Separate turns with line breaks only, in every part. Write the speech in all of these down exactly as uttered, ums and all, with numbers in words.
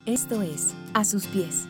Esto es A sus pies,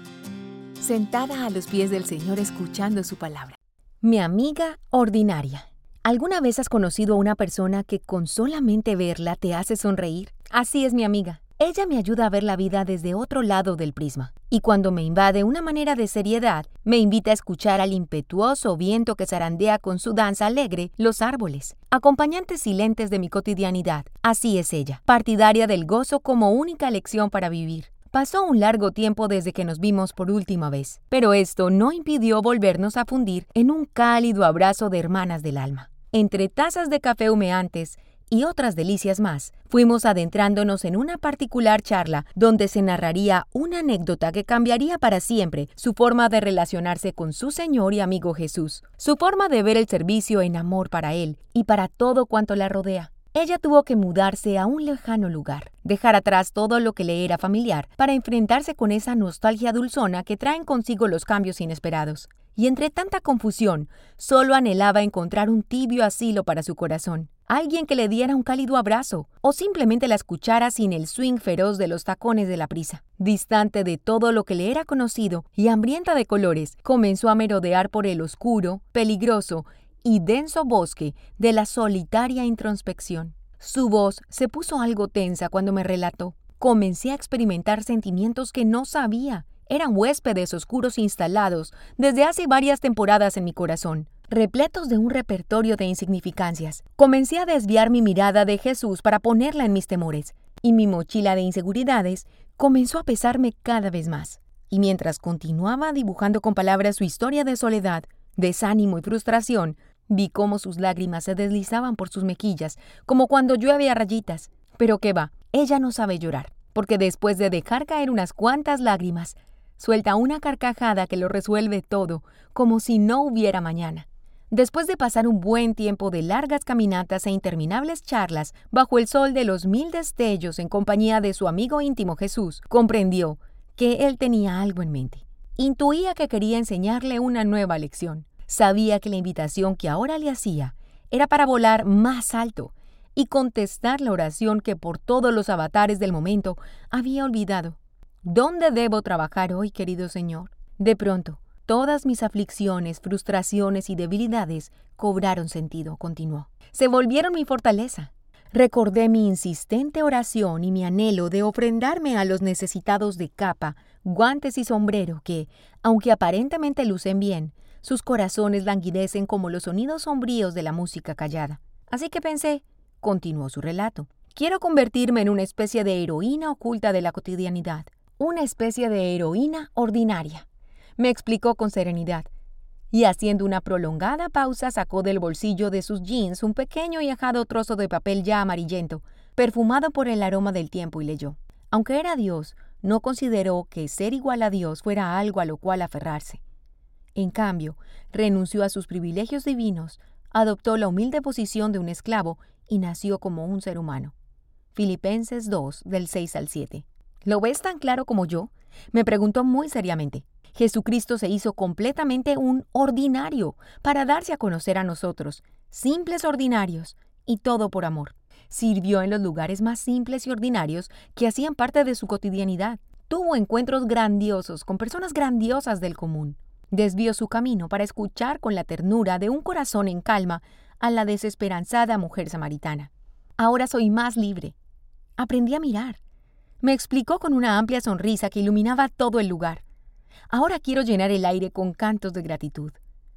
sentada a los pies del Señor escuchando su palabra. Mi amiga ordinaria. ¿Alguna vez has conocido a una persona que con solamente verla te hace sonreír? Así es mi amiga. Ella me ayuda a ver la vida desde otro lado del prisma. Y cuando me invade una manera de seriedad, me invita a escuchar al impetuoso viento que zarandea con su danza alegre los árboles, acompañantes silentes de mi cotidianidad. Así es ella, partidaria del gozo como única lección para vivir. Pasó un largo tiempo desde que nos vimos por última vez, pero esto no impidió volvernos a fundir en un cálido abrazo de hermanas del alma. Entre tazas de café humeantes y otras delicias más, fuimos adentrándonos en una particular charla donde se narraría una anécdota que cambiaría para siempre su forma de relacionarse con su Señor y amigo Jesús, su forma de ver el servicio en amor para Él y para todo cuanto la rodea. Ella tuvo que mudarse a un lejano lugar, dejar atrás todo lo que le era familiar para enfrentarse con esa nostalgia dulzona que traen consigo los cambios inesperados. Y entre tanta confusión, solo anhelaba encontrar un tibio asilo para su corazón, alguien que le diera un cálido abrazo o simplemente la escuchara sin el swing feroz de los tacones de la prisa. Distante de todo lo que le era conocido y hambrienta de colores, comenzó a merodear por el oscuro, peligroso y denso bosque de la solitaria introspección. Su voz se puso algo tensa cuando me relató. Comencé a experimentar sentimientos que no sabía. Eran huéspedes oscuros instalados desde hace varias temporadas en mi corazón, repletos de un repertorio de insignificancias. Comencé a desviar mi mirada de Jesús para ponerla en mis temores, y mi mochila de inseguridades comenzó a pesarme cada vez más. Y mientras continuaba dibujando con palabras su historia de soledad, desánimo y frustración, vi cómo sus lágrimas se deslizaban por sus mejillas, como cuando llueve a rayitas. Pero qué va, ella no sabe llorar, porque después de dejar caer unas cuantas lágrimas, suelta una carcajada que lo resuelve todo, como si no hubiera mañana. Después de pasar un buen tiempo de largas caminatas e interminables charlas bajo el sol de los mil destellos en compañía de su amigo íntimo Jesús, comprendió que él tenía algo en mente. Intuía que quería enseñarle una nueva lección. Sabía que la invitación que ahora le hacía era para volar más alto y contestar la oración que por todos los avatares del momento había olvidado. ¿Dónde debo trabajar hoy, querido Señor? De pronto, todas mis aflicciones, frustraciones y debilidades cobraron sentido, continuó. Se volvieron mi fortaleza. Recordé mi insistente oración y mi anhelo de ofrendarme a los necesitados de capa, guantes y sombrero que, aunque aparentemente lucen bien, sus corazones languidecen como los sonidos sombríos de la música callada. Así que pensé, continuó su relato, quiero convertirme en una especie de heroína oculta de la cotidianidad, una especie de heroína ordinaria, me explicó con serenidad, y haciendo una prolongada pausa sacó del bolsillo de sus jeans un pequeño y ajado trozo de papel ya amarillento, perfumado por el aroma del tiempo, y leyó. Aunque era Dios, no consideró que ser igual a Dios fuera algo a lo cual aferrarse. En cambio, renunció a sus privilegios divinos, adoptó la humilde posición de un esclavo y nació como un ser humano. Filipenses dos, del seis al siete. ¿Lo ves tan claro como yo? Me preguntó muy seriamente. Jesucristo se hizo completamente un ordinario para darse a conocer a nosotros, simples ordinarios, y todo por amor. Sirvió en los lugares más simples y ordinarios que hacían parte de su cotidianidad. Tuvo encuentros grandiosos con personas grandiosas del común. Desvió su camino para escuchar con la ternura de un corazón en calma a la desesperanzada mujer samaritana. Ahora soy más libre. Aprendí a mirar. Me explicó con una amplia sonrisa que iluminaba todo el lugar. Ahora quiero llenar el aire con cantos de gratitud.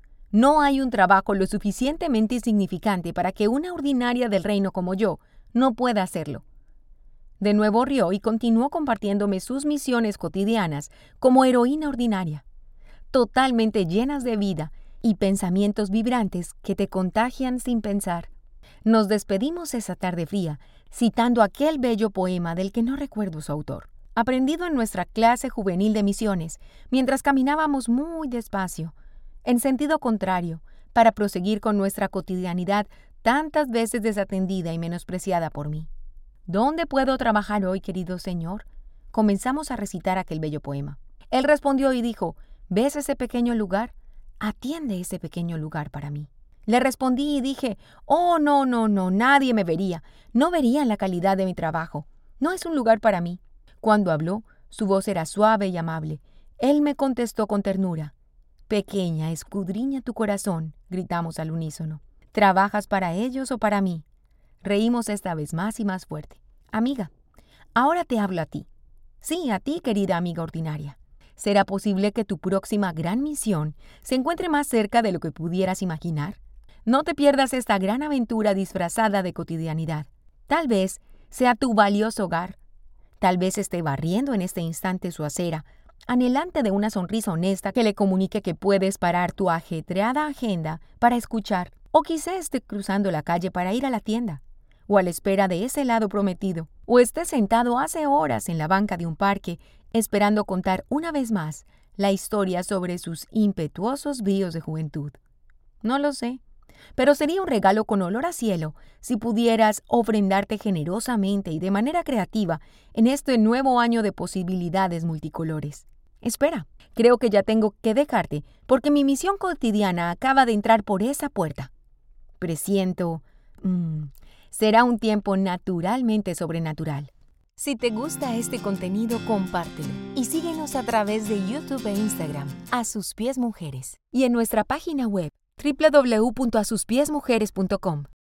No hay un trabajo lo suficientemente insignificante para que una ordinaria del reino como yo no pueda hacerlo. De nuevo rió y continuó compartiéndome sus misiones cotidianas como heroína ordinaria, totalmente llenas de vida y pensamientos vibrantes que te contagian sin pensar. Nos despedimos esa tarde fría, citando aquel bello poema del que no recuerdo su autor, aprendido en nuestra clase juvenil de misiones, mientras caminábamos muy despacio, en sentido contrario, para proseguir con nuestra cotidianidad tantas veces desatendida y menospreciada por mí. ¿Dónde puedo trabajar hoy, querido Señor? Comenzamos a recitar aquel bello poema. Él respondió y dijo, ¿ves ese pequeño lugar? Atiende ese pequeño lugar para mí. Le respondí y dije, oh, no, no, no, nadie me vería. No verían la calidad de mi trabajo. No es un lugar para mí. Cuando habló, Su voz era suave y amable. Él me contestó con ternura. Pequeña, escudriña tu corazón, gritamos al unísono. ¿Trabajas para ellos o para mí? Reímos esta vez más y más fuerte. Amiga, ahora te hablo a ti. Sí, a ti, querida amiga ordinaria. ¿Será posible que tu próxima gran misión se encuentre más cerca de lo que pudieras imaginar? No te pierdas esta gran aventura disfrazada de cotidianidad. Tal vez sea tu valioso hogar. Tal vez esté barriendo en este instante su acera, anhelante de una sonrisa honesta que le comunique que puedes parar tu ajetreada agenda para escuchar, o quizá esté cruzando la calle para ir a la tienda, o a la espera de ese helado prometido, o esté sentado hace horas en la banca de un parque esperando contar una vez más la historia sobre sus impetuosos bríos de juventud. No lo sé, pero sería un regalo con olor a cielo si pudieras ofrendarte generosamente y de manera creativa en este nuevo año de posibilidades multicolores. Espera, creo que ya tengo que dejarte porque mi misión cotidiana acaba de entrar por esa puerta. Presiento, mmm, será un tiempo naturalmente sobrenatural. Si te gusta este contenido, compártelo y síguenos a través de YouTube e Instagram, A Sus Pies Mujeres, y en nuestra página web doble u doble u doble u punto a sus pies mujeres punto com.